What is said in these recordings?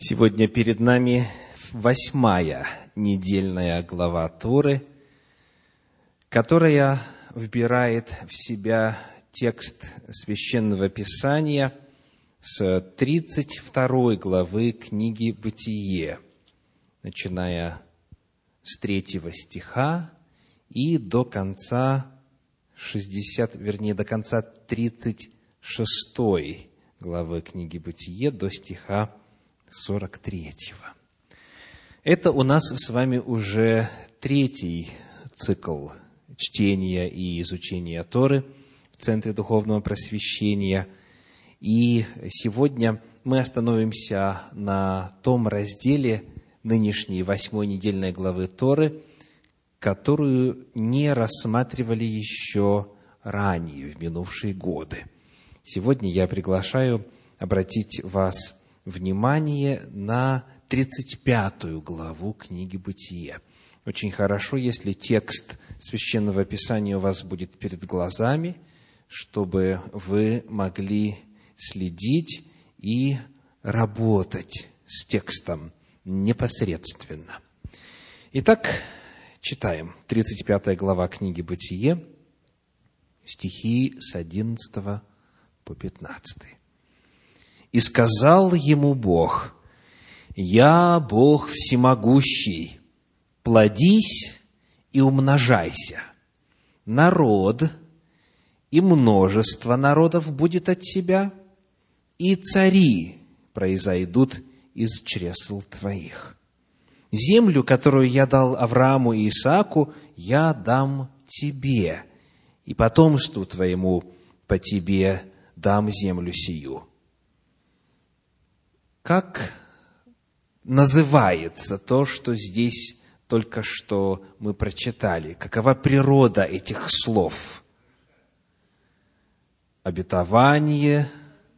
Сегодня перед нами 8-я недельная глава Торы, которая вбирает в себя текст Священного Писания с 32 главы книги «Бытие», начиная с 3 стиха и до конца до конца 36 главы книги «Бытие», до стиха 43. Это у нас с вами уже третий цикл чтения и изучения Торы в Центре Духовного Просвещения. И сегодня мы остановимся на том разделе нынешней 8-й недельной главы Торы, которую не рассматривали еще ранее, в минувшие годы. Сегодня я приглашаю обратить вас внимание на 35 главу книги «Бытие». Очень хорошо, если текст Священного Писания у вас будет перед глазами, чтобы вы могли следить и работать с текстом непосредственно. Итак, читаем 35 глава книги «Бытие», стихи с 11 по 15. «И сказал ему Бог: „Я Бог всемогущий, плодись и умножайся. Народ и множество народов будет от тебя, и цари произойдут из чресл твоих. Землю, которую я дал Аврааму и Исааку, я дам тебе, и потомству твоему по тебе дам землю сию“». Как называется то, что здесь только что мы прочитали? Какова природа этих слов? Обетование,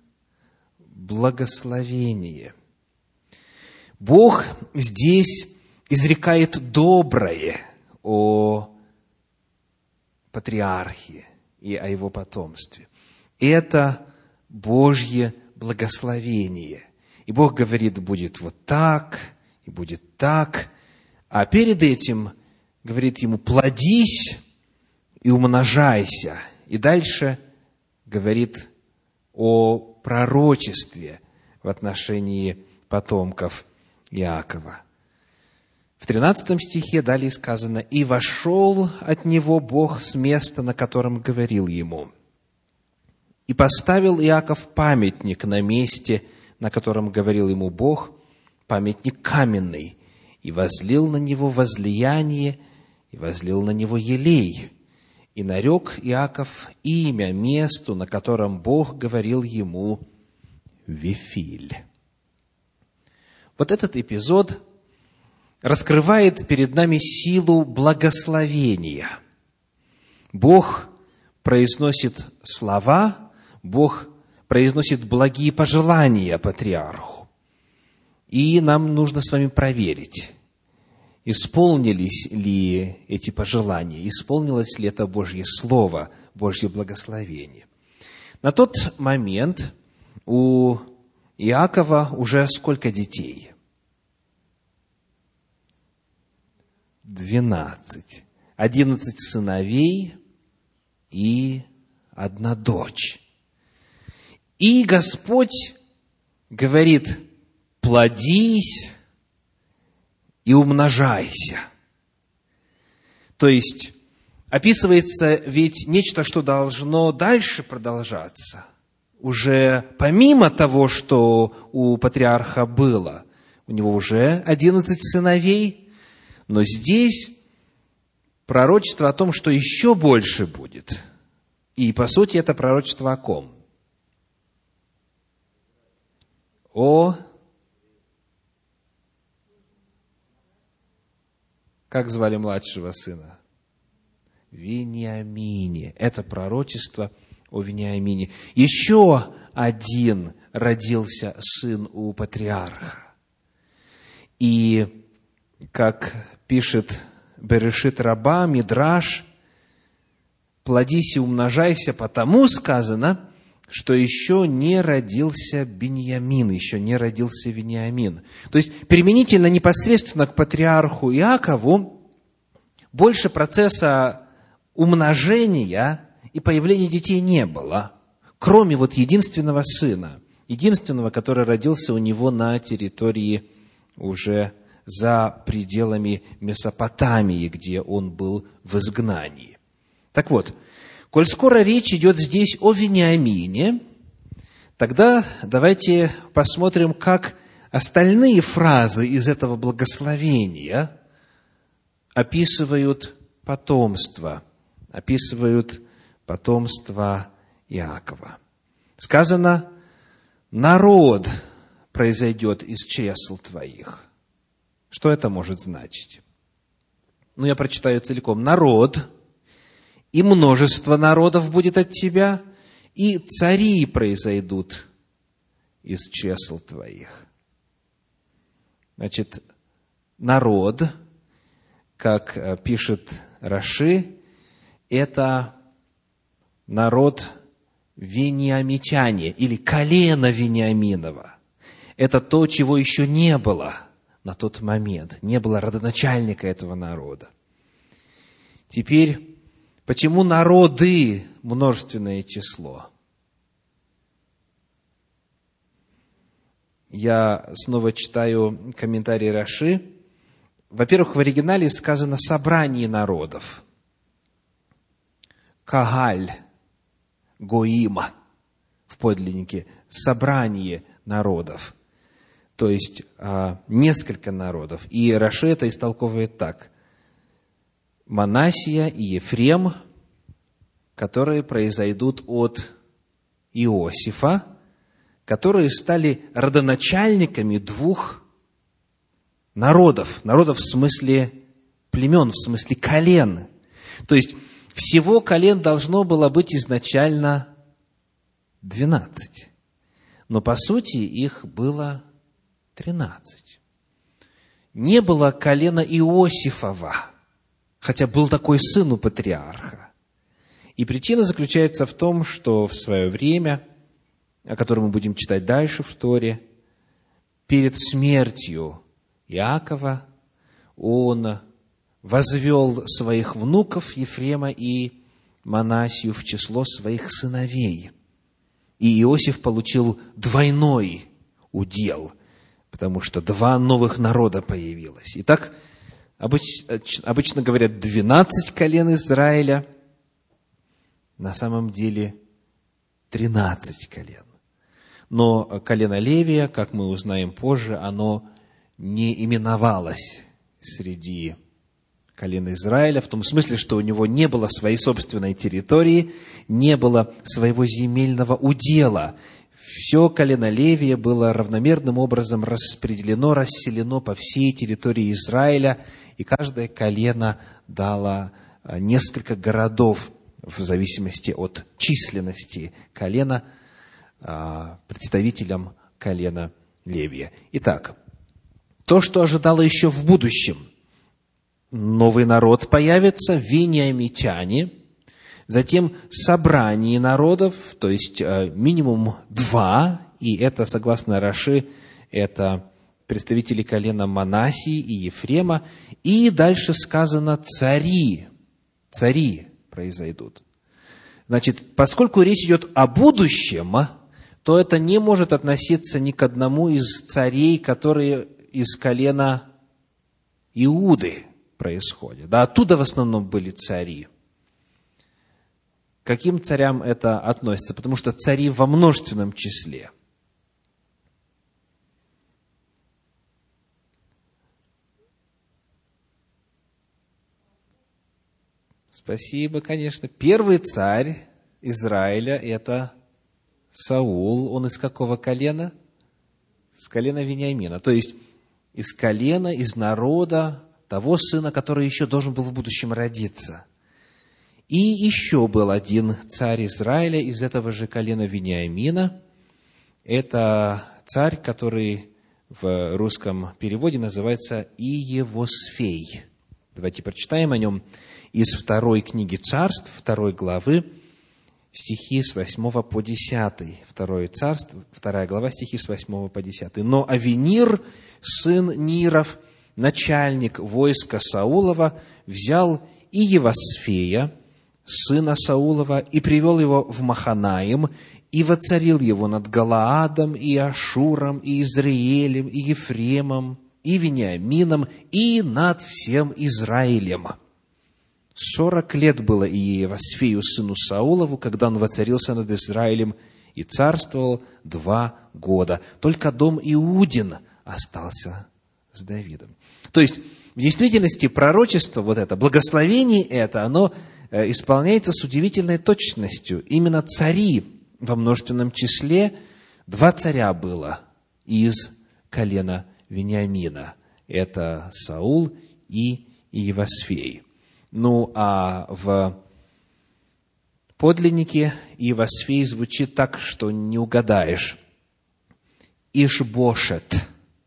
благословение. Бог здесь изрекает доброе о патриархе и о его потомстве. Это Божье благословение. И Бог говорит, будет вот так, и будет так. А перед этим говорит ему, плодись и умножайся. И дальше говорит о пророчестве в отношении потомков Иакова. В 13 стихе далее сказано, «И вошел от него Бог с места, на котором говорил ему. И поставил Иаков памятник на месте, на котором говорил ему Бог, памятник каменный, и возлил на него возлияние, и возлил на него елей. И нарек Иаков имя месту, на котором Бог говорил ему, Вифиль». Вот этот эпизод раскрывает перед нами силу благословения. Бог произносит слова, Бог произносит благие пожелания патриарху. И нам нужно с вами проверить, исполнились ли эти пожелания, исполнилось ли это Божье Слово, Божье благословение. На тот момент у Иакова уже сколько детей? 12. 11 сыновей и 1 дочь. И Господь говорит, плодись и умножайся. То есть, описывается ведь нечто, что должно дальше продолжаться. Уже помимо того, что у патриарха было, у него уже 11 сыновей, но здесь пророчество о том, что еще больше будет. И, по сути, это пророчество о ком? Как звали младшего сына? Вениамине. Это пророчество о Вениамине. Еще один родился сын у патриарха. И, как пишет Берешит Раба, Мидраш, плодись и умножайся, потому сказано, что еще не родился Биньямин, еще не родился Вениамин. То есть, применительно непосредственно к патриарху Иакову, больше процесса умножения и появления детей не было, кроме вот единственного сына, единственного, который родился у него на территории уже за пределами Месопотамии, где он был в изгнании. Так вот, коль скоро речь идет здесь о Вениамине, тогда давайте посмотрим, как остальные фразы из этого благословения описывают потомство Иакова. Сказано: «Народ произойдет из чресл твоих». Что это может значить? Я прочитаю целиком. «Народ, и множество народов будет от тебя, и цари произойдут из чресл твоих». Значит, народ, как пишет Раши, это народ вениамитяне или колено Вениаминова. Это то, чего еще не было на тот момент. Не было родоначальника этого народа. Теперь, почему народы множественное число? Я снова читаю комментарий Раши. Во-первых, в оригинале сказано «собрание народов». Кагаль, Гоима в подлиннике, собрание народов, то есть несколько народов. И Раши это истолковывает так: Манассия и Ефрем, которые произойдут от Иосифа, которые стали родоначальниками двух народов. Народов в смысле племен, в смысле колен. То есть всего колен должно было быть изначально 12. Но по сути их было 13. Не было колена Иосифова, хотя был такой сын у патриарха. И причина заключается в том, что в свое время, о котором мы будем читать дальше в Торе, перед смертью Иакова он возвел своих внуков Ефрема и Манассию в число своих сыновей. И Иосиф получил двойной удел, потому что 2 новых народа появилось. Итак, обычно говорят 12 колен Израиля, на самом деле 13 колен. Но колено Левия, как мы узнаем позже, оно не именовалось среди колен Израиля, в том смысле, что у него не было своей собственной территории, не было своего земельного удела. Все колено Левия было равномерным образом распределено, расселено по всей территории Израиля, и каждое колено дало несколько городов в зависимости от численности колена представителям колена Левия. Итак, то, что ожидало еще в будущем. Новый народ появится, вениамитяне, затем собрание народов, то есть минимум 2, и это, согласно Раши, это представители колена Манассии и Ефрема, и дальше сказано цари произойдут. Значит, поскольку речь идет о будущем, то это не может относиться ни к одному из царей, которые из колена Иуды происходят. Да, оттуда в основном были цари. К каким царям это относится? Потому что цари во множественном числе. Спасибо, конечно. Первый царь Израиля – это Саул. Он из какого колена? С колена Вениамина. То есть, из колена, из народа того сына, который еще должен был в будущем родиться. И еще был один царь Израиля из этого же колена Вениамина. Это царь, который в русском переводе называется Иевосфей. Давайте прочитаем о нем из 2 книги Царств, 2 главы, стихи с 8 по 10. Второе царство, 2 глава, стихи с 8 по 10. «Но Авенир, сын Ниров, начальник войска Саулова, взял и Евасфея, сына Саулова, и привел его в Маханаим, и воцарил его над Галаадом, и Ашуром, и Израилем, и Ефремом, и Вениамином, и над всем Израилем. 40 лет было и Евасфею, сыну Саулову, когда он воцарился над Израилем, и царствовал 2 года. Только дом Иудин остался с Давидом». То есть, в действительности, пророчество вот это, благословение это, оно исполняется с удивительной точностью. Именно цари во множественном числе, 2 царя было из колена Вениамина. Это Саул и Иевасфей. Ну, а в подлиннике Иевасфей звучит так, что не угадаешь. Иш-бошет.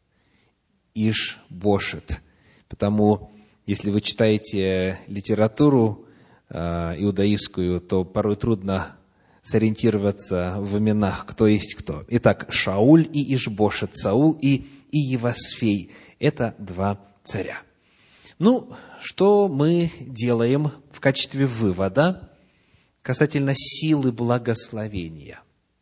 Иш-бошет. Потому, если вы читаете литературу иудаистскую, то порой трудно сориентироваться в именах, кто есть кто. Итак, Шауль и Иш-бошет, Саул и Иевасфей – это 2 царя. Ну, что мы делаем в качестве вывода касательно силы благословения?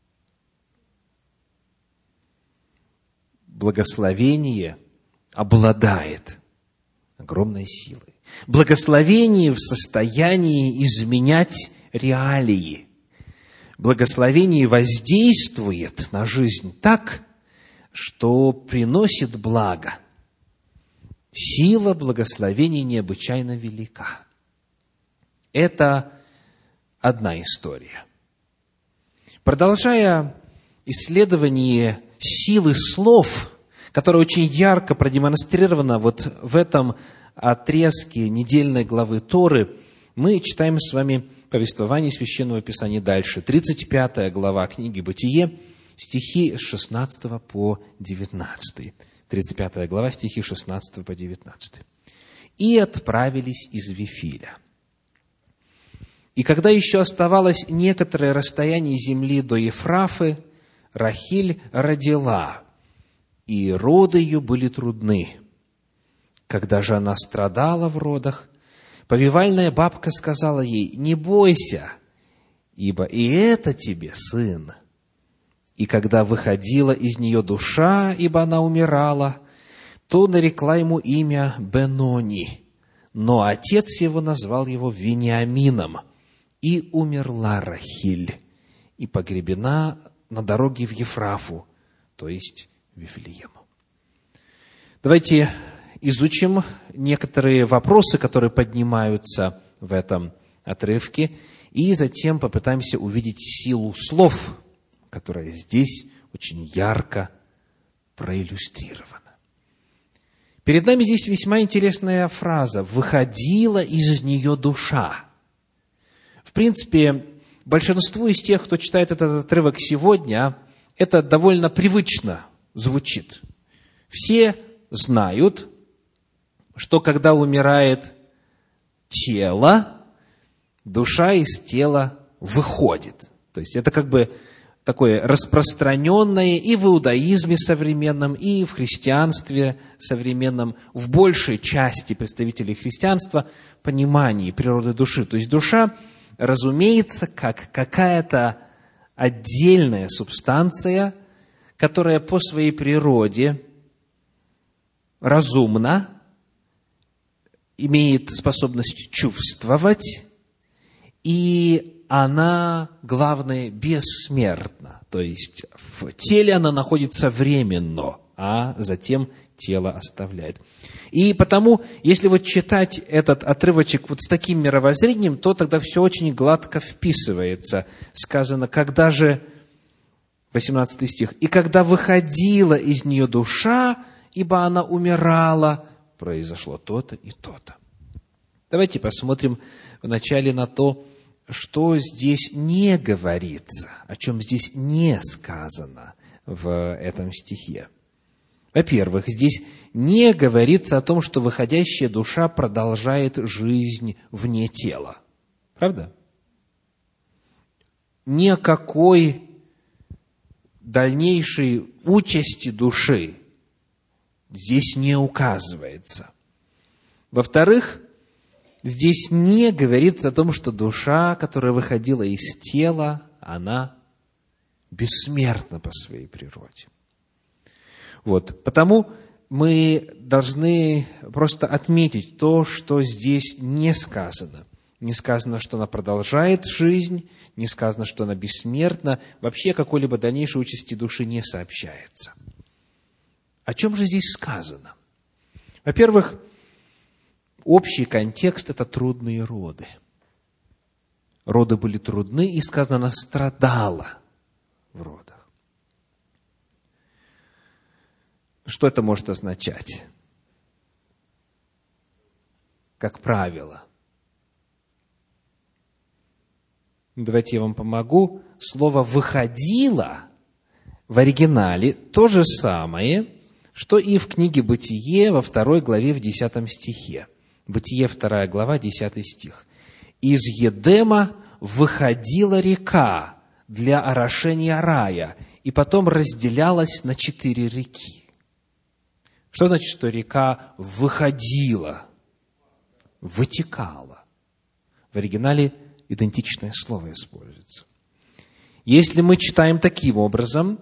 Благословение обладает огромной силой. Благословение в состоянии изменять реалии. Благословение воздействует на жизнь так, что приносит благо. Сила благословения необычайно велика. Это одна история. Продолжая исследование силы слов, которая очень ярко продемонстрирована вот в этом отрезке недельной главы Торы, мы читаем с вами повествование Священного Писания дальше. 35 глава книги «Бытие», стихи с 16 по 19. 35 глава, стихи 16 по 19. «И отправились из Вифиля. И когда еще оставалось некоторое расстояние земли до Ефрафы, Рахиль родила, и роды ее были трудны. Когда же она страдала в родах, повивальная бабка сказала ей: не бойся, ибо и это тебе сын. И когда выходила из нее душа, ибо она умирала, то нарекла ему имя Бенони, но отец его назвал его Вениамином. И умерла Рахиль, и погребена на дороге в Ефрафу, то есть в Вифлеем». Давайте изучим некоторые вопросы, которые поднимаются в этом отрывке, и затем попытаемся увидеть силу слов, которая здесь очень ярко проиллюстрирована. Перед нами здесь весьма интересная фраза: «выходила из нее душа». В принципе, большинству из тех, кто читает этот отрывок сегодня, это довольно привычно звучит. Все знают, что когда умирает тело, душа из тела выходит. То есть это как бы такое распространенное и в иудаизме современном, и в христианстве современном, в большей части представителей христианства, понимании природы души. То есть душа, разумеется, как какая-то отдельная субстанция, которая по своей природе разумна, имеет способность чувствовать, и она, главное, бессмертна. То есть в теле она находится временно, а затем тело оставляет. И потому, если вот читать этот отрывочек вот с таким мировоззрением, то тогда все очень гладко вписывается. Сказано, когда же, 18 стих, «И когда выходила из нее душа, ибо она умирала, произошло то-то и то-то». Давайте посмотрим вначале на то, что здесь не говорится, о чем здесь не сказано в этом стихе. Во-первых, здесь не говорится о том, что выходящая душа продолжает жизнь вне тела. Правда? ни о какой дальнейшей участи души здесь не указывается. Во-вторых, здесь не говорится о том, что душа, которая выходила из тела, она бессмертна по своей природе. Вот. Потому мы должны просто отметить то, что здесь не сказано. Не сказано, что она продолжает жизнь, не сказано, что она бессмертна. Вообще какой-либо дальнейшей участи души не сообщается. О чем же здесь сказано? Во-первых, общий контекст – это трудные роды. Роды были трудны, и сказано, она страдала в родах. Что это может означать? Как правило. Давайте я вам помогу. Слово «выходила» в оригинале то же самое, что и в книге «Бытие» во 2 главе в 10 стихе. Бытие, 2 глава, 10 стих. «Из Едема выходила река для орошения рая, и потом разделялась на 4 реки». Что значит, что река выходила, вытекала? В оригинале идентичное слово используется. Если мы читаем таким образом,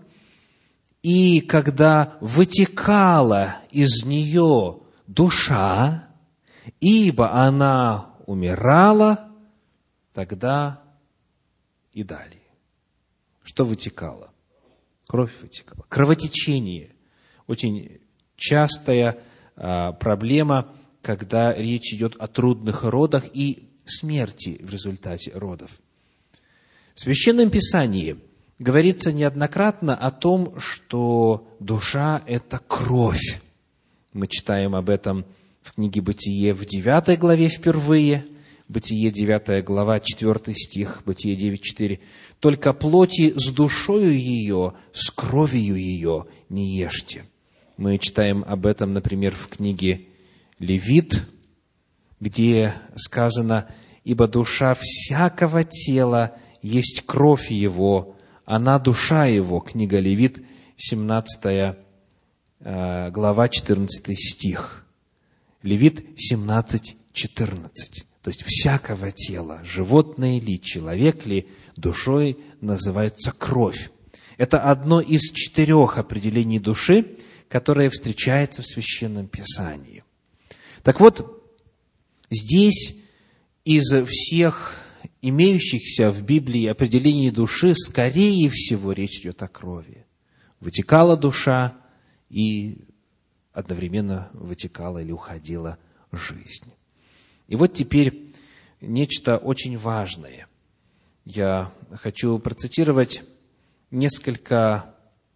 и когда вытекала из нее душа, ибо она умирала, тогда и далее. Что вытекало? Кровь вытекала. Кровотечение. Очень частая проблема, когда речь идет о трудных родах и смерти в результате родов. В Священном Писании говорится неоднократно о том, что душа – это кровь. Мы читаем об этом в книге «Бытие» в 9 главе впервые, Бытие 9 глава, 4 стих, Бытие 9:4. «Только плоти с душою ее, с кровью ее не ешьте». Мы читаем об этом, например, в книге Левит, где сказано: «Ибо душа всякого тела есть кровь его, она душа его». Книга Левит, 17 глава, 14 стих. Левит 17:14. То есть всякого тела, животное ли, человек ли, душой называется кровь. Это одно из 4 определений души, которое встречается в Священном Писании. Так вот, здесь из всех имеющихся в Библии определений души, скорее всего, речь идет о крови. Вытекала душа, и одновременно вытекала или уходила жизнь. И вот теперь нечто очень важное. Я хочу процитировать несколько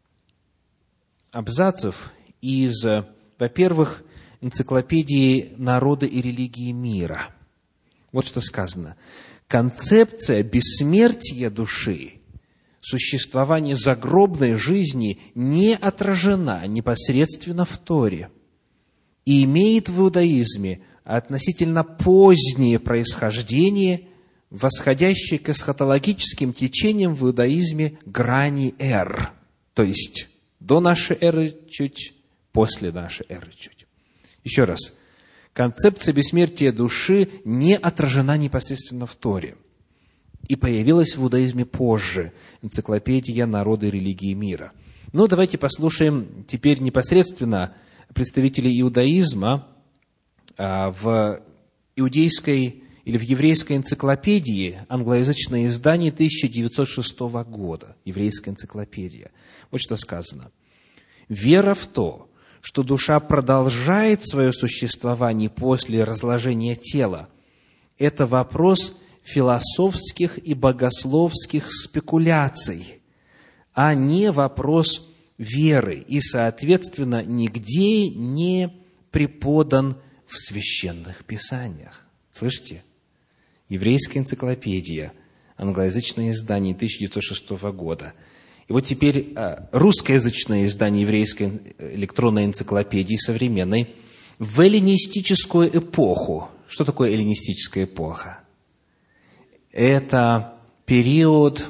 абзацев из, во-первых, энциклопедии «Народы и религии мира». Вот что сказано. Концепция бессмертия души, существование загробной жизни не отражена непосредственно в Торе и имеет в иудаизме относительно позднее происхождение, восходящее к эсхатологическим течениям в иудаизме грани эр, то есть до нашей эры чуть, после нашей эры чуть. Еще раз. Концепция бессмертия души не отражена непосредственно в Торе и появилась в иудаизме позже. Энциклопедия «Народы и религии мира». Ну, давайте послушаем теперь непосредственно представителей иудаизма в иудейской или в еврейской энциклопедии, англоязычное издание 1906 года, еврейская энциклопедия. Вот что сказано. «Вера в то, что душа продолжает свое существование после разложения тела, это вопрос философских и богословских спекуляций, а не вопрос веры, и, соответственно, нигде не преподан в священных писаниях». Слышите? Еврейская энциклопедия, англоязычное издание 1906 года. И вот теперь русскоязычное издание еврейской электронной энциклопедии современной в эллинистическую эпоху. Что такое эллинистическая эпоха? Это период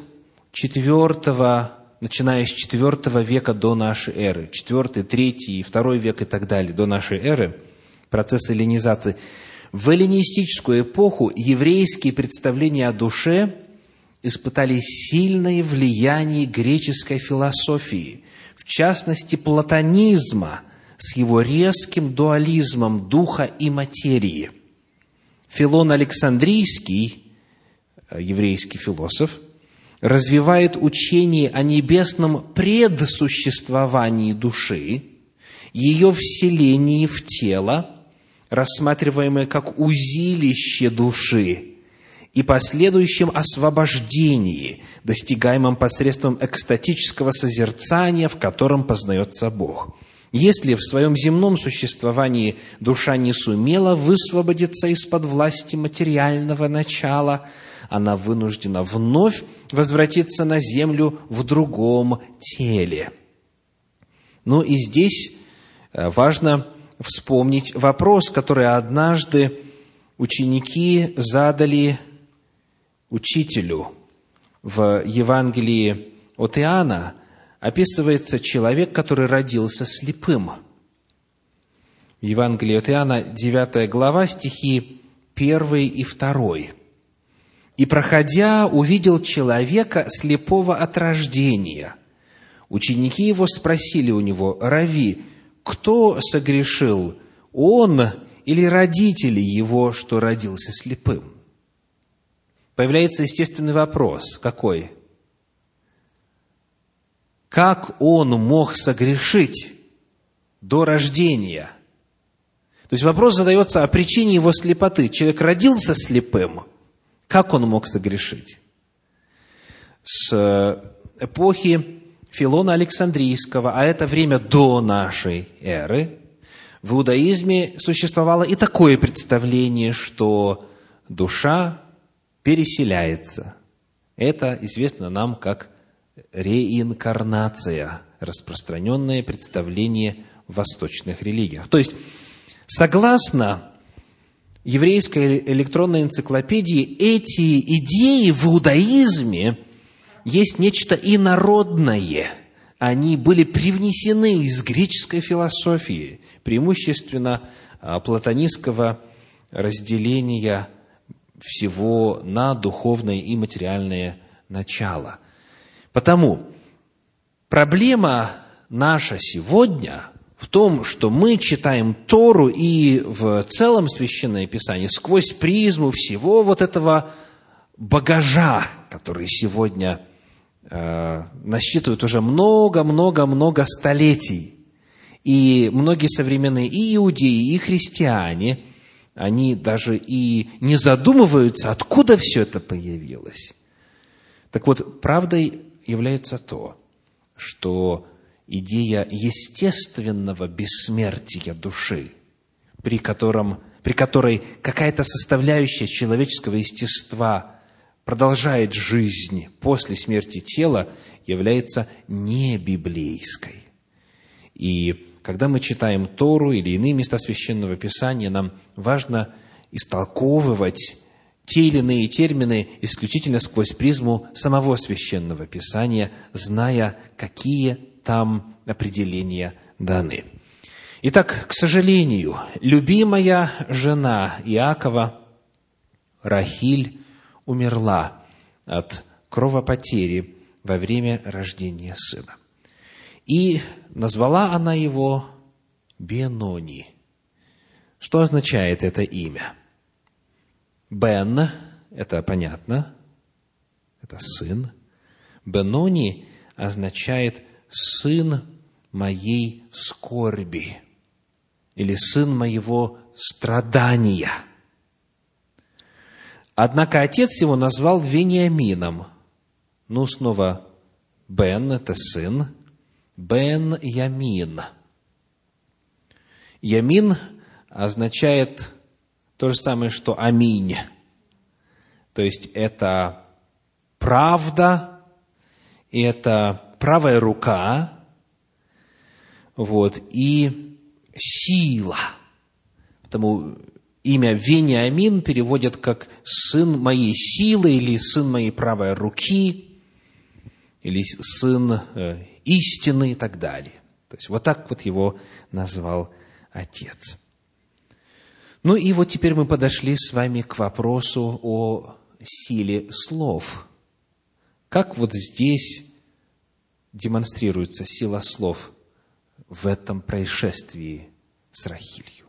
начиная с IV века до нашей эры, IV, III и II век и так далее, до нашей эры, процесс эллинизации. В эллинистическую эпоху еврейские представления о душе испытали сильное влияние греческой философии, в частности, платонизма с его резким дуализмом духа и материи. Филон Александрийский, еврейский философ, развивает учение о небесном предсуществовании души, ее вселении в тело, рассматриваемое как узилище души, и последующем освобождении, достигаемом посредством экстатического созерцания, в котором познается Бог. Если в своем земном существовании душа не сумела высвободиться из-под власти материального начала, она вынуждена вновь возвратиться на землю в другом теле. Ну и здесь важно вспомнить вопрос, который однажды ученики задали учителю. В Евангелии от Иоанна описывается человек, который родился слепым. В Евангелии от Иоанна, 9 глава, стихи 1 и 2. «И, проходя, увидел человека, слепого от рождения. Ученики его спросили у него: Рави, кто согрешил, он или родители его, что родился слепым?» Появляется естественный вопрос. Какой? Как он мог согрешить до рождения? То есть вопрос задается о причине его слепоты. Человек родился слепым. Как он мог согрешить? С эпохи Филона Александрийского, а это время до нашей эры, в иудаизме существовало и такое представление, что душа переселяется. Это известно нам как реинкарнация, распространенное представление в восточных религиях. То есть, согласно еврейской электронной энциклопедии, эти идеи в иудаизме есть нечто инородное. Они были привнесены из греческой философии, преимущественно платонистского разделения всего на духовное и материальное начало. Потому проблема наша сегодня в том, что мы читаем Тору и в целом Священное Писание сквозь призму всего вот этого багажа, который сегодня насчитывает уже много столетий. И многие современные и иудеи, и христиане, они даже и не задумываются, откуда все это появилось. Так вот, правдой является то, что идея естественного бессмертия души, при которой какая-то составляющая человеческого естества продолжает жизнь после смерти тела, является небиблейской. И когда мы читаем Тору или иные места Священного Писания, нам важно истолковывать те или иные термины исключительно сквозь призму самого Священного Писания, зная, какие там определения даны. Итак, к сожалению, любимая жена Иакова, Рахиль, умерла от кровопотери во время рождения сына. И назвала она его Бенони. Что означает это имя? Бен – это понятно, это сын. Бенони означает «сын моей скорби» или «сын моего страдания». Однако отец его назвал Вениамином. Ну, снова Бен – это сын, Бен-Ямин. Ямин означает то же самое, что аминь. То есть это правда, и это правая рука, и сила. Потому имя Вениамин переводят как «сын моей силы» или «сын моей правой руки». или сын истины и так далее. То есть вот так вот его назвал Отец. Ну и вот теперь мы подошли с вами к вопросу о силе слов. Как вот здесь демонстрируется сила слов в этом происшествии с Рахилью?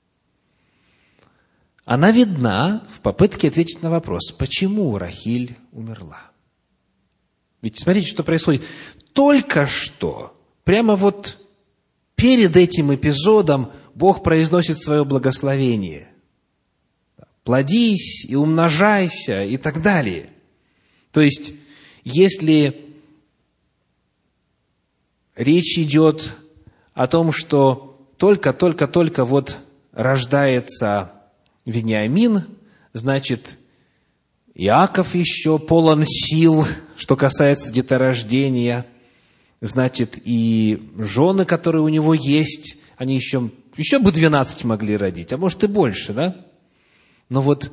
Она видна в попытке ответить на вопрос, почему Рахиль умерла. Ведь смотрите, что происходит. Только что, прямо вот перед этим эпизодом, Бог произносит свое благословение. Плодись и умножайся и так далее. То есть, если речь идет о том, что только вот рождается Вениамин, значит, Иаков еще полон сил, что касается деторождения, значит, и жены, которые у него есть, они еще бы 12 могли родить, а может и больше, да? Но вот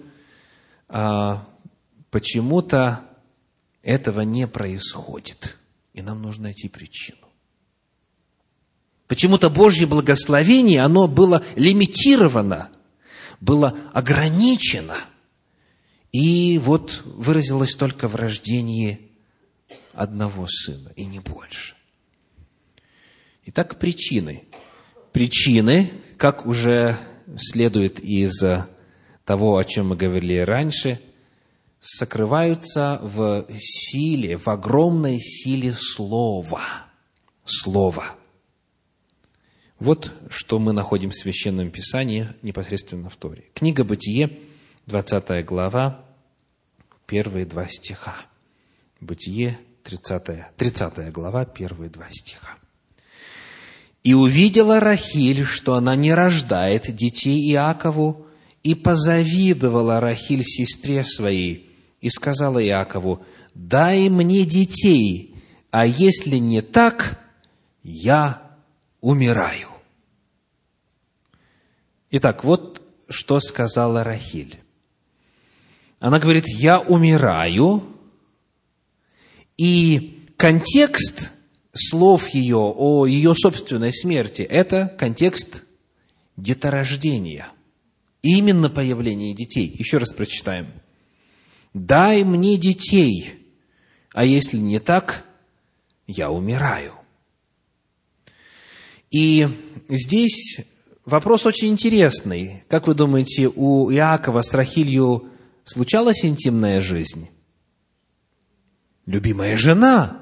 почему-то этого не происходит, и нам нужно найти причину. Почему-то Божье благословение, оно было лимитировано, было ограничено, и вот выразилось только в рождении одного сына, и не больше. Итак, причины. Причины, как уже следует из того, о чем мы говорили раньше, сокрываются в силе, в огромной силе слова. Слова. Вот что мы находим в Священном Писании, непосредственно в Торе. Книга Бытие, 20 глава, первые 2 стиха. Бытие, 30 глава, первые 2 стиха. «И увидела Рахиль, что она не рождает детей Иакову, и позавидовала Рахиль сестре своей, и сказала Иакову: дай мне детей, а если не так, я умираю». Итак, вот что сказала Рахиль. Она говорит: я умираю, и контекст слов ее о ее собственной смерти – это контекст деторождения, именно появления детей. Еще раз прочитаем. «Дай мне детей, а если не так, я умираю». И здесь вопрос очень интересный. Как вы думаете, у Иакова с Рахилью случалась интимная жизнь? Любимая жена.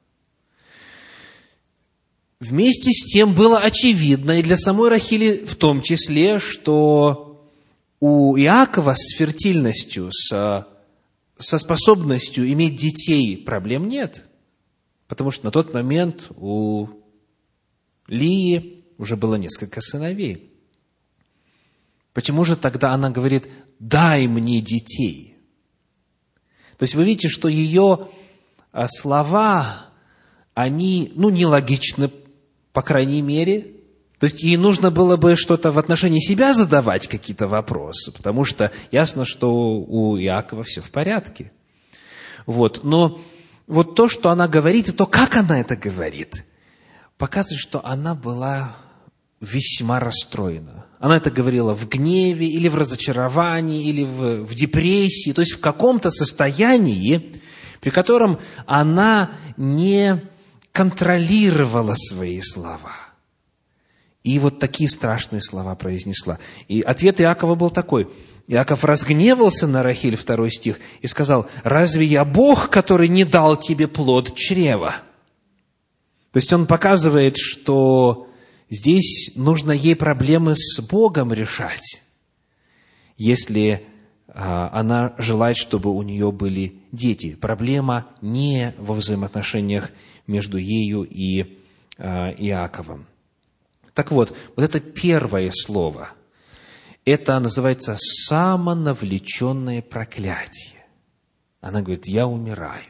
Вместе с тем было очевидно, и для самой Рахили в том числе, что у Иакова с фертильностью, со способностью иметь детей проблем нет. Потому что на тот момент у Лии уже было несколько сыновей. Почему же тогда она говорит: дай мне детей? То есть вы видите, что ее слова, они, нелогичны, по крайней мере. То есть ей нужно было бы что-то в отношении себя задавать, какие-то вопросы, потому что ясно, что у Иакова все в порядке. Но вот то, что она говорит, и то, как она это говорит, показывает, что она была весьма расстроена. Она это говорила в гневе, или в разочаровании, или в депрессии, то есть в каком-то состоянии, при котором она не контролировала свои слова. И вот такие страшные слова произнесла. И ответ Иакова был такой. Иаков разгневался на Рахиль, 2 стих, и сказал: «Разве я Бог, который не дал тебе плод чрева?» То есть он показывает, что здесь нужно ей проблемы с Богом решать, если она желает, чтобы у нее были дети. Проблема не во взаимоотношениях между ею и Иаковом. Так вот это первое слово. Это называется самонавлеченное проклятие. Она говорит: я умираю.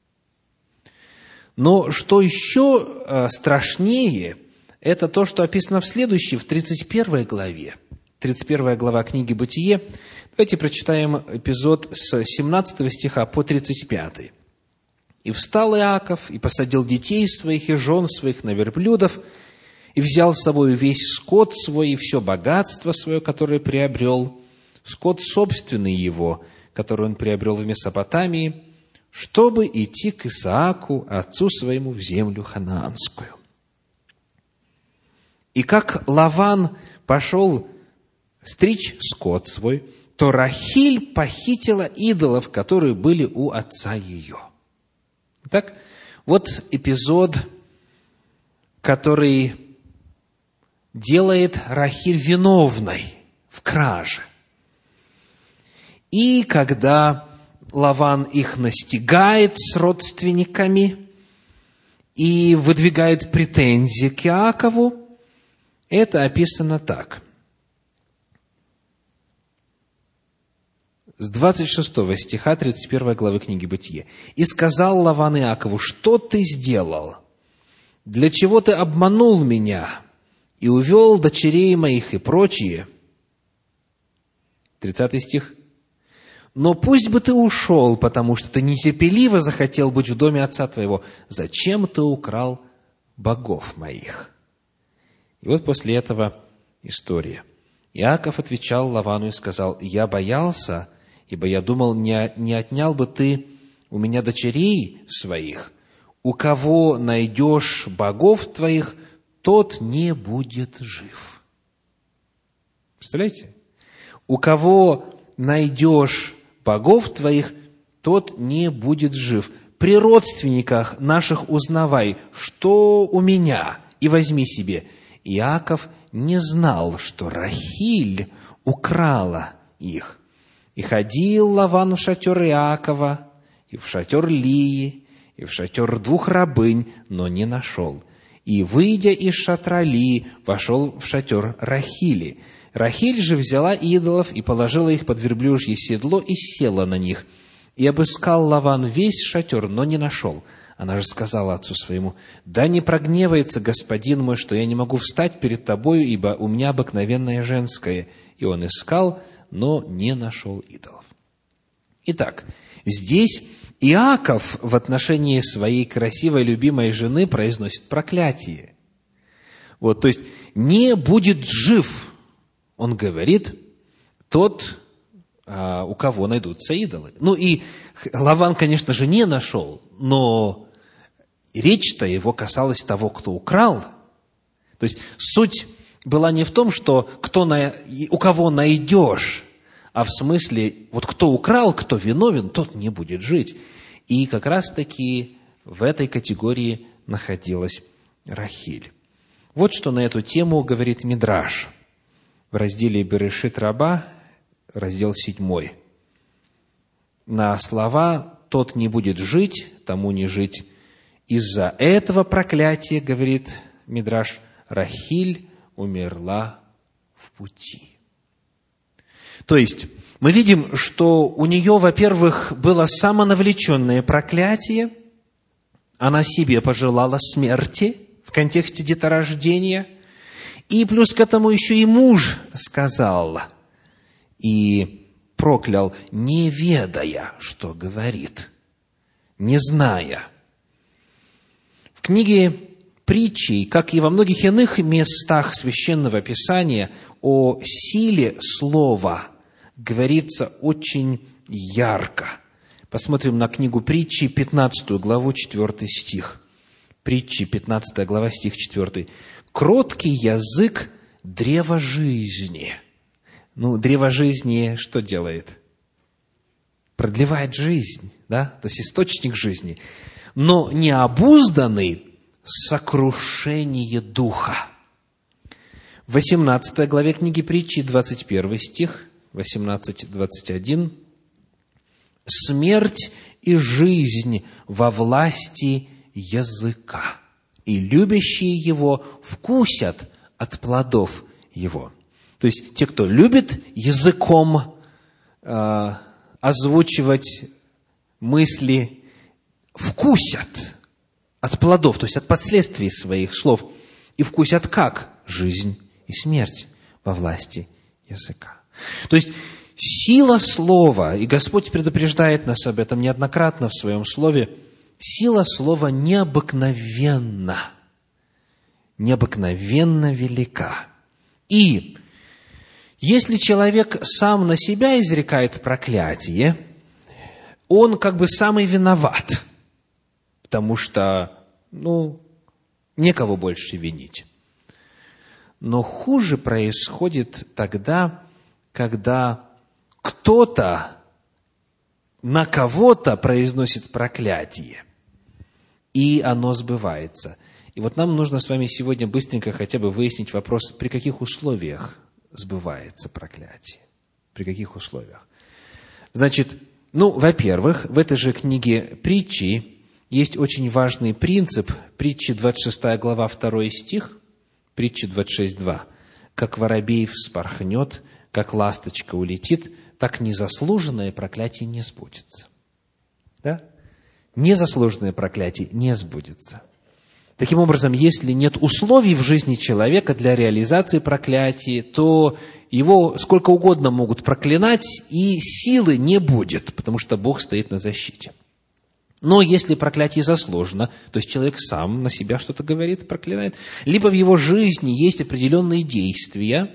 Но что еще страшнее, это то, что описано в следующей, в 31 главе. 31 глава книги «Бытие». Давайте прочитаем эпизод с 17 стиха по 35. И встал Иаков, и посадил детей своих и жен своих на верблюдов, и взял с собой весь скот свой и все богатство свое, которое приобрел, скот собственный его, который он приобрел в Месопотамии, чтобы идти к Исааку, отцу своему, в землю ханаанскую. И как Лаван пошел стричь скот свой, то Рахиль похитила идолов, которые были у отца ее. Итак, вот эпизод, который делает Рахиль виновной в краже. И когда Лаван их настигает с родственниками и выдвигает претензии к Иакову, это описано так. С 26 стиха 31 главы книги Бытие. «И сказал Лаван Иакову: что ты сделал? Для чего ты обманул меня и увел дочерей моих и прочее?» 30 стих. «Но пусть бы ты ушел, потому что ты нетерпеливо захотел быть в доме отца твоего. Зачем ты украл богов моих?» И вот после этого история. Иаков отвечал Лавану и сказал: «Я боялся, ибо я думал, не отнял бы ты у меня дочерей своих. У кого найдешь богов твоих, тот не будет жив». Представляете? У кого найдешь богов твоих, тот не будет жив. При родственниках наших узнавай, что у меня, и возьми себе. Иаков не знал, что Рахиль украла их. И ходил Лаван в шатер Иакова, и в шатер Лии, и в шатер двух рабынь, но не нашел. И, выйдя из шатра Лии, вошел в шатер Рахили. Рахиль же взяла идолов и положила их под верблюжье седло и села на них. И обыскал Лаван весь шатер, но не нашел. Она же сказала отцу своему: «Да не прогневается господин мой, что я не могу встать перед тобою, ибо у меня обыкновенное женское». И он искал, но не нашел идолов. Итак, здесь Иаков в отношении своей красивой, любимой жены произносит проклятие. Вот, то есть, не будет жив, он говорит, тот, у кого найдутся идолы. Ну и Лаван, конечно же, не нашел, но речь-то его касалась того, кто украл. То есть, суть была не в том, что у кого найдешь, а в смысле, вот кто украл, кто виновен, тот не будет жить. И как раз-таки в этой категории находилась Рахиль. Вот что на эту тему говорит Мидраш в разделе Берешит Раба, раздел 7. На слова «тот не будет жить, тому не жить». Из-за этого проклятия, говорит Мидраш, Рахиль умерла в пути. То есть, мы видим, что у нее, во-первых, было самонавлеченное проклятие, она себе пожелала смерти в контексте деторождения, и плюс к этому еще и муж сказал и проклял, не ведая, что говорит, не зная. В книге Притчей, как и во многих иных местах Священного Писания, о силе слова говорится очень ярко. Посмотрим на книгу Притчи, 15 главу, 4 стих. Притчи, 15 глава, стих 4. «Кроткий язык – древо жизни». Древо жизни что делает? Продлевает жизнь, да? То есть источник жизни. Но необузданный – сокрушение духа. В 18 главе книги Притчи, 21 стих, 18-21. «Смерть и жизнь во власти языка, и любящие его вкусят от плодов его». То есть, те, кто любит языком озвучивать мысли, вкусят от плодов, то есть от последствий своих слов. И вкусят как? Жизнь и смерть во власти языка. То есть, сила слова, и Господь предупреждает нас об этом неоднократно в Своем Слове, сила слова необыкновенно, необыкновенно велика. И если человек сам на себя изрекает проклятие, он как бы сам и виноват, потому что, некого больше винить. Но хуже происходит тогда, когда кто-то на кого-то произносит проклятие, и оно сбывается. И вот нам нужно с вами сегодня быстренько хотя бы выяснить вопрос, при каких условиях сбывается проклятие. При каких условиях? Значит, во-первых, в этой же книге притчи есть очень важный принцип. Притчи 26 глава 2 стих, притчи 26:2. «Как воробей вспорхнет, как ласточка улетит, так незаслуженное проклятие не сбудется». Да? Незаслуженное проклятие не сбудется. Таким образом, если нет условий в жизни человека для реализации проклятия, то его сколько угодно могут проклинать, и силы не будет, потому что Бог стоит на защите. Но если проклятие заслужено, то есть человек сам на себя что-то говорит, проклинает, либо в его жизни есть определенные действия,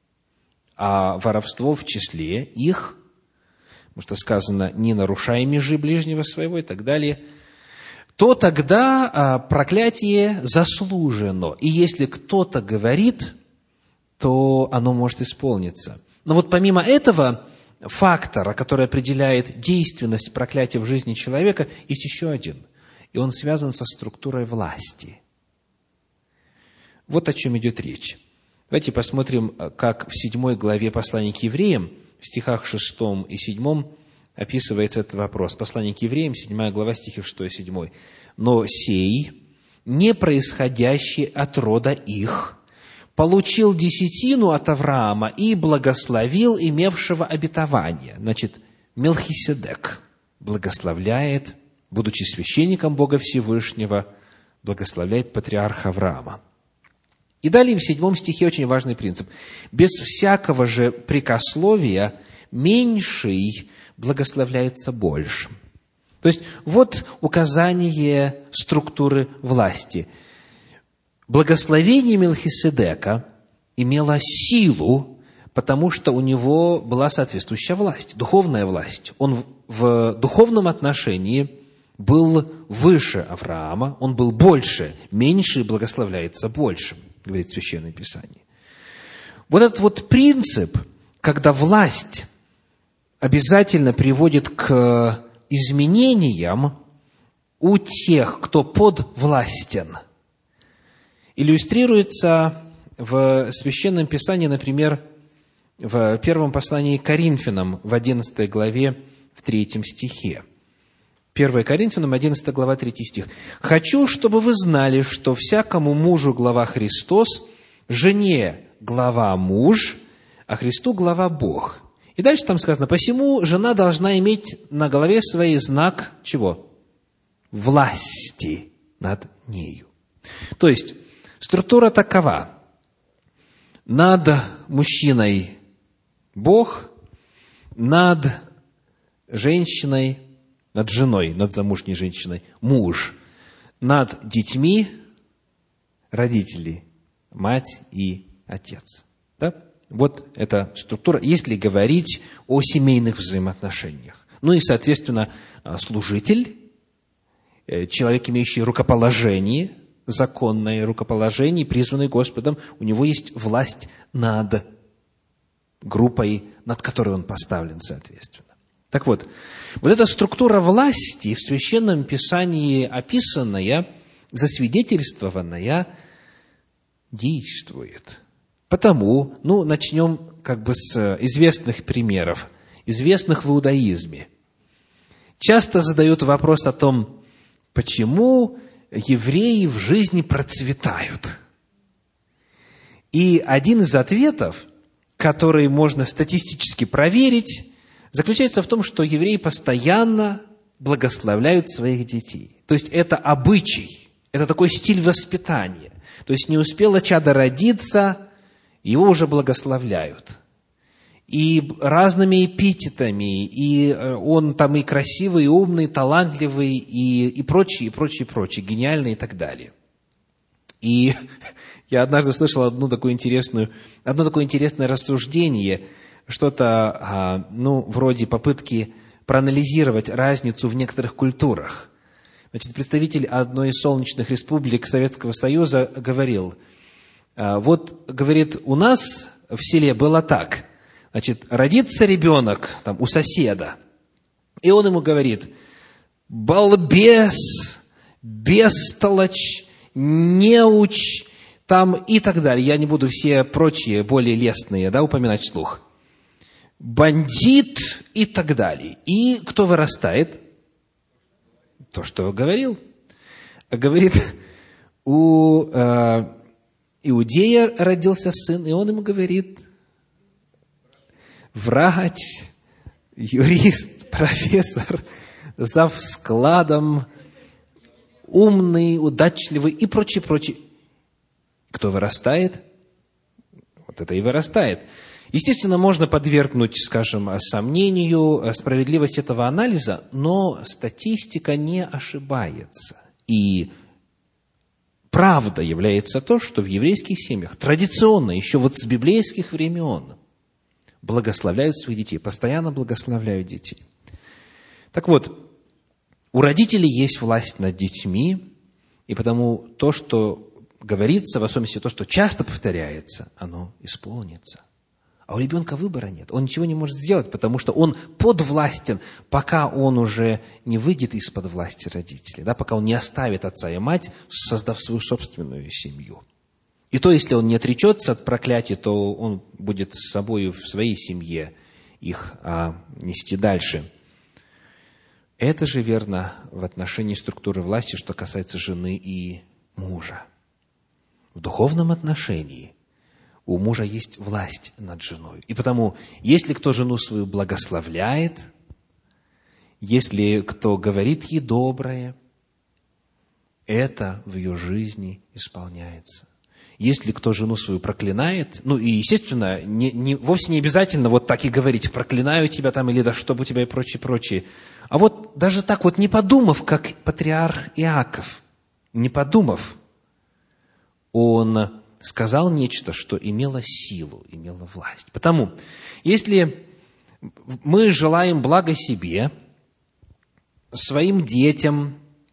а воровство в числе их, потому что сказано «не нарушай межи ближнего своего» и так далее, то тогда проклятие заслужено. И если кто-то говорит, то оно может исполниться. Но вот помимо этого фактора, который определяет действенность проклятия в жизни человека, есть еще один. И он связан со структурой власти. Вот о чем идет речь. Давайте посмотрим, как в 7 главе послания к евреям, в стихах 6 и 7 описывается этот вопрос. Послание к евреям, 7 глава, стихи 6 и 7. «Но сей, не происходящий от рода их, получил десятину от Авраама и благословил имевшего обетование». Значит, Мелхиседек благословляет, будучи священником Бога Всевышнего, благословляет патриарха Авраама. И далее в 7 стихе очень важный принцип. «Без всякого же прикословия меньший благословляется большим». То есть, вот указание структуры власти. Благословение Мелхиседека имело силу, потому что у него была соответствующая власть, духовная власть. Он в духовном отношении был выше Авраама, он был больше, меньше благословляется большим, говорит Священное Писание. Вот этот вот принцип, когда власть обязательно приводит к изменениям у тех, кто подвластен, иллюстрируется в Священном Писании, например, в первом послании к Коринфянам, в 11 главе, в 3 стихе. 1 Коринфянам, 11 глава, 3 стих. «Хочу, чтобы вы знали, что всякому мужу глава Христос, жене глава муж, а Христу глава Бог». И дальше там сказано: «Посему жена должна иметь на голове своей знак» чего? Власти над нею. То есть, структура такова. Над мужчиной Бог, над женщиной, над женой, над замужней женщиной муж, над детьми родители, мать и отец. Да? Вот эта структура, если говорить о семейных взаимоотношениях. Ну и, соответственно, служитель, человек, имеющий рукоположение, законное рукоположение, призванный Господом, у него есть власть над группой, над которой он поставлен, соответственно. Так вот, вот эта структура власти в Священном Писании описанная, засвидетельствованная, действует. Потому, начнем с известных примеров, известных в иудаизме. Часто задают вопрос о том, почему евреи в жизни процветают. И один из ответов, который можно статистически проверить, заключается в том, что евреи постоянно благословляют своих детей. То есть это обычай, это такой стиль воспитания. То есть не успело чадо родиться, его уже благословляют. и разными эпитетами, и он там и красивый, и умный, и талантливый, и прочее, и прочее, и прочее, гениальный и так далее. И я однажды слышал одно такое интересное рассуждение, что-то, вроде попытки проанализировать разницу в некоторых культурах. Значит, представитель одной из солнечных республик Советского Союза говорил, говорит, у нас в селе было так, значит, родится ребенок там у соседа, и он ему говорит: балбес, бестолочь, неуч, там и так далее. Я не буду все прочие, более лестные, упоминать вслух. Бандит и так далее. И кто вырастает? То, что говорил. Говорит, у Иудея родился сын, и он ему говорит: врач, юрист, профессор, зав. Складом, умный, удачливый и прочее, прочее. Кто вырастает? Вот это и вырастает. Естественно, можно подвергнуть, скажем, сомнению справедливость этого анализа, но статистика не ошибается. И правда является то, что в еврейских семьях традиционно, еще с библейских времен, благословляют своих детей, постоянно благословляют детей. Так вот, у родителей есть власть над детьми, и потому то, что говорится, в особенности то, что часто повторяется, оно исполнится. А у ребенка выбора нет. Он ничего не может сделать, потому что он подвластен, пока он уже не выйдет из-под власти родителей, пока он не оставит отца и мать, создав свою собственную семью. И то, если он не отречется от проклятия, то он будет с собой в своей семье их нести дальше. Это же верно в отношении структуры власти, что касается жены и мужа. В духовном отношении у мужа есть власть над женой. И потому, если кто жену свою благословляет, если кто говорит ей доброе, это в ее жизни исполняется. Если кто жену свою проклинает, и, естественно, вовсе не обязательно вот так и говорить: проклинаю тебя там, или да чтобы у тебя и прочее, прочее. А вот даже так вот, не подумав, как патриарх Иаков, не подумав, он сказал нечто, что имело силу, имело власть. Потому, если мы желаем блага себе, своим детям,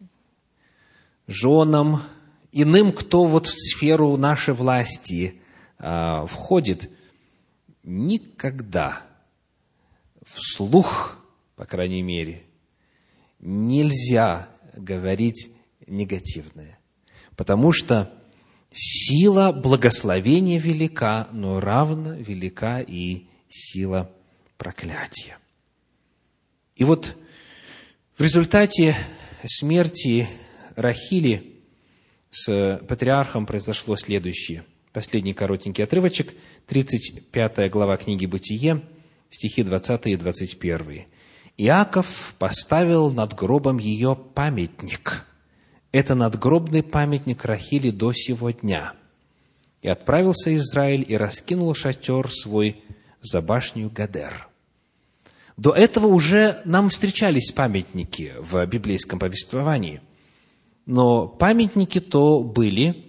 женам, иным, кто в сферу нашей власти входит, никогда вслух, по крайней мере, нельзя говорить негативное. Потому что сила благословения велика, но равно велика и сила проклятия. И вот в результате смерти Рахили с патриархом произошло следующее. Последний коротенький отрывочек, 35 глава книги «Бытие», стихи 20 и 21. «Иаков поставил над гробом ее памятник». Это надгробный памятник Рахили до сего дня. «И отправился Израиль, и раскинул шатер свой за башню Гадер». До этого уже нам встречались памятники в библейском повествовании. Но памятники то были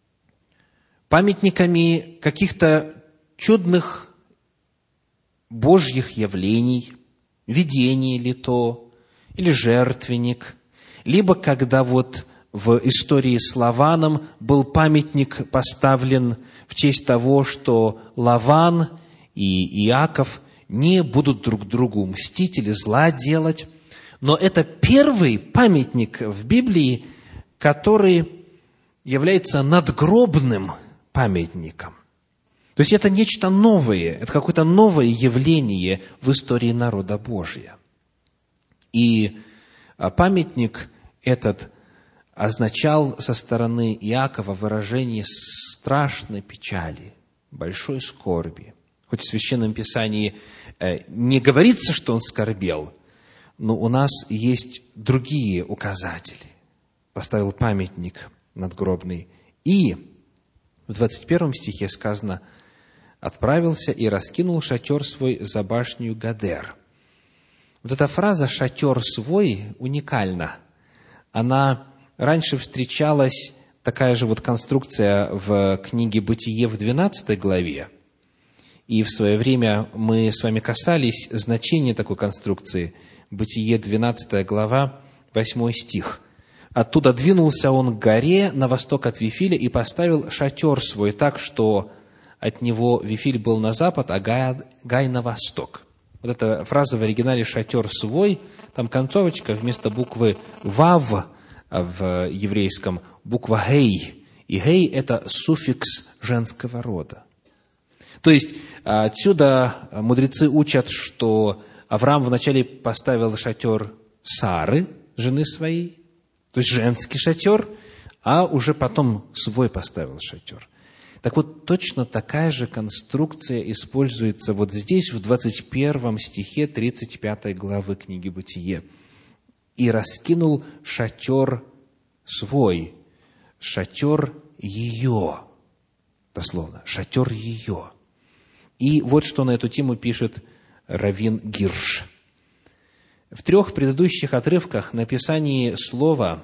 памятниками каких-то чудных божьих явлений, видение ли то, или жертвенник, либо когда в истории с Лаваном был памятник поставлен в честь того, что Лаван и Иаков не будут друг другу мстить или зла делать. Но это первый памятник в Библии, который является надгробным памятником. То есть это нечто новое, это какое-то новое явление в истории народа Божия. И памятник этот означал со стороны Иакова выражение страшной печали, большой скорби. Хоть в Священном Писании не говорится, что он скорбел, но у нас есть другие указатели. Поставил памятник надгробный. И в 21 стихе сказано: отправился и раскинул шатер свой за башню Гадер». Вот эта фраза «шатер свой» уникальна. Она раньше встречалась, такая же вот конструкция в книге «Бытие» в 12 главе. И в свое время мы с вами касались значения такой конструкции. Бытие, 12 глава, 8 стих. «Оттуда двинулся он к горе на восток от Вифиля и поставил шатер свой так, что от него Вифиль был на запад, а Гай на восток». Вот эта фраза в оригинале «шатер свой», там концовочка вместо буквы «вав» в еврейском, буква «гей». И «гей» – это суффикс женского рода. То есть, отсюда мудрецы учат, что Авраам вначале поставил шатер Сары, жены своей, то есть женский шатер, а уже потом свой поставил шатер. Так вот, точно такая же конструкция используется вот здесь, в 21 стихе 35 главы книги «Бытие». «И раскинул шатер свой», шатер ее, дословно, шатер ее. И вот что на эту тему пишет раввин Гирш. В 3 предыдущих отрывках на написании слова,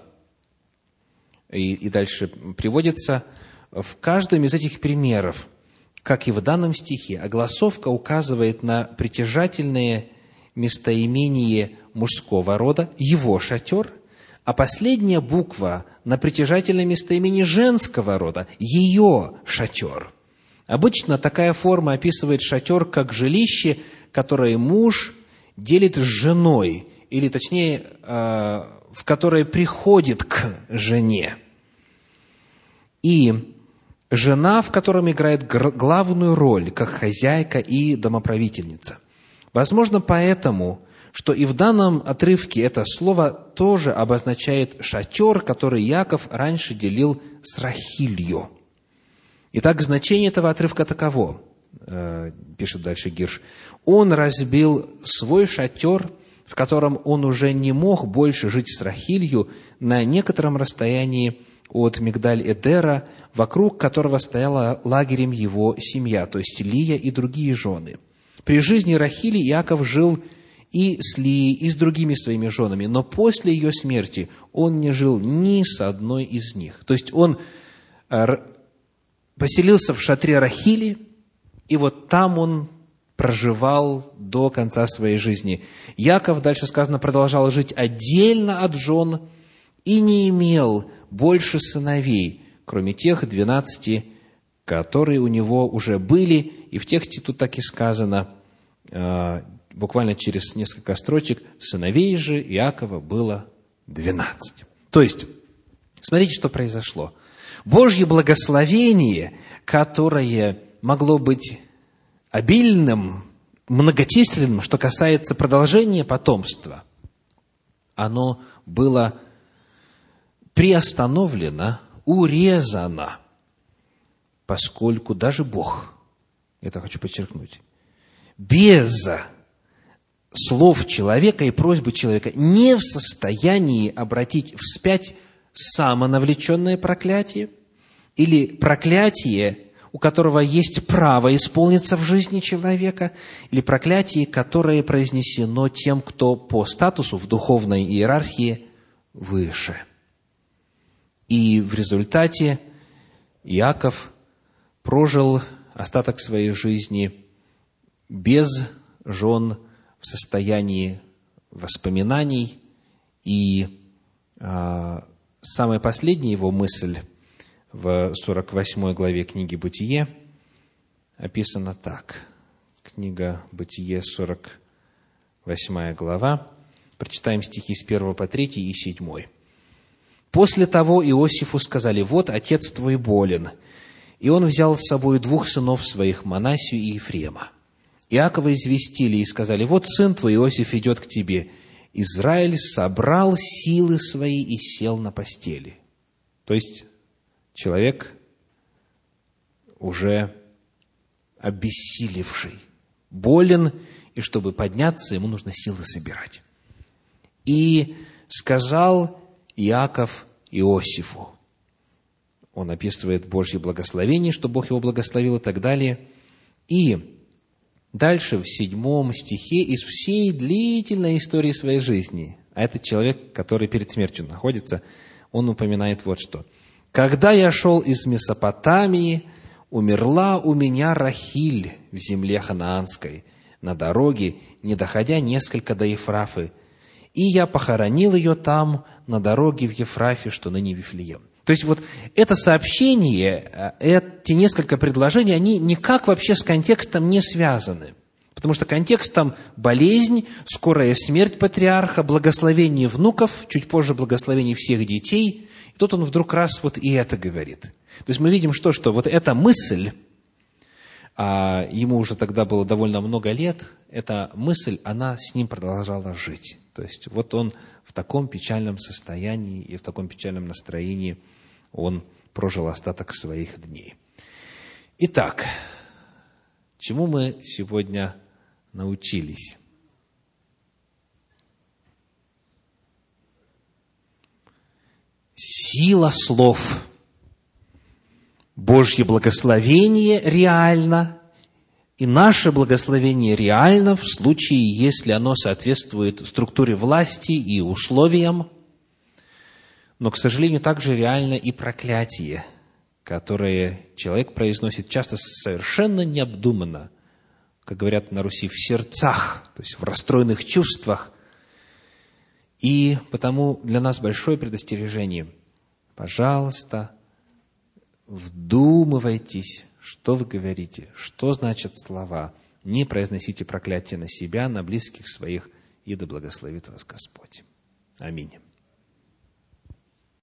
и дальше приводится, в каждом из этих примеров, как и в данном стихе, огласовка указывает на притяжательное местоимение мужского рода, его шатер, а последняя буква на притяжательное местоимение женского рода, ее шатер. Обычно такая форма описывает шатер как жилище, которое муж делит с женой, или точнее, в которое приходит к жене. И жена, в котором играет главную роль, как хозяйка и домоправительница. Возможно, поэтому, что и в данном отрывке это слово тоже обозначает шатер, который Иаков раньше делил с Рахилью. Итак, значение этого отрывка таково, пишет дальше Гирш. «Он разбил свой шатер, в котором он уже не мог больше жить с Рахилью, на некотором расстоянии от Мигдаль-Эдера, вокруг которого стояла лагерем его семья, то есть Лия и другие жены. При жизни Рахили Иаков жил и с Лией, и с другими своими женами, но после ее смерти он не жил ни с одной из них». То есть он поселился в шатре Рахили, и вот там он проживал до конца своей жизни. Иаков, дальше сказано, продолжал жить отдельно от жен и не имел больше сыновей, кроме тех 12, которые у него уже были. И в тексте тут так и сказано, буквально через несколько строчек, сыновей же Иакова было 12. То есть, смотрите, что произошло. Божье благословение, которое могло быть обильным, многочисленным, что касается продолжения потомства, оно было приостановлено, урезано, поскольку даже Бог, это хочу подчеркнуть, без слов человека и просьбы человека не в состоянии обратить вспять самонавлеченное проклятие или проклятие, у которого есть право исполниться в жизни человека, или проклятие, которое произнесено тем, кто по статусу в духовной иерархии выше. И в результате Иаков прожил остаток своей жизни без жен, в состоянии воспоминаний. И самая последняя его мысль в 48 главе книги «Бытие» описана так. Книга «Бытие», 48 глава. Прочитаем стихи с 1 по 3 и 7. «После того Иосифу сказали: вот отец твой болен. И он взял с собой 2 сынов своих, Манассию и Ефрема. Иакова известили и сказали: вот сын твой Иосиф идет к тебе. Израиль собрал силы свои и сел на постели». То есть человек уже обессилевший, болен, и чтобы подняться, ему нужно силы собирать. И сказал Иаков Иосифу, он описывает Божье благословение, что Бог его благословил и так далее. И дальше в 7 стихе из всей длительной истории своей жизни, а этот человек, который перед смертью находится, он упоминает вот что. «Когда я шел из Месопотамии, умерла у меня Рахиль в земле ханаанской, на дороге, не доходя несколько до Ефрафы, и я похоронил ее там, на дороге в Ефрафе, что ныне Вифлеем». То есть вот это сообщение, эти несколько предложений, они никак вообще с контекстом не связаны. Потому что контекст там болезнь, скорая смерть патриарха, благословение внуков, чуть позже благословение всех детей. И тут он вдруг раз вот и это говорит. То есть мы видим, что вот эта мысль, ему уже тогда было довольно много лет, эта мысль, она с ним продолжала жить. То есть вот он в таком печальном состоянии и в таком печальном настроении он прожил остаток своих дней. Итак, чему мы сегодня научились? Сила слов. Божье благословение реально, и наше благословение реально в случае, если оно соответствует структуре власти и условиям, но, к сожалению, также реально и проклятие, которое человек произносит часто совершенно необдуманно, как говорят на Руси, в сердцах, то есть в расстроенных чувствах. И потому для нас большое предостережение. Пожалуйста, вдумывайтесь, что вы говорите, что значат слова. Не произносите проклятие на себя, на близких своих, и да благословит вас Господь. Аминь.